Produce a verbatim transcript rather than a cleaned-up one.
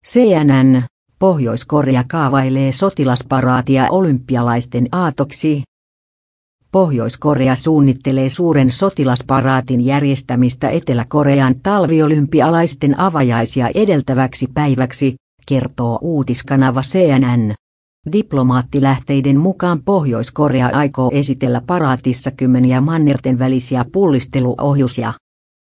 C N N, Pohjois-Korea kaavailee sotilasparaatia olympialaisten aatoksi. Pohjois-Korea suunnittelee suuren sotilasparaatin järjestämistä Etelä-Korean talviolympialaisten avajaisia edeltäväksi päiväksi, kertoo uutiskanava C N N. Diplomaattilähteiden mukaan Pohjois-Korea aikoo esitellä paraatissa kymmeniä mannerten välisiä pullisteluohjuksia.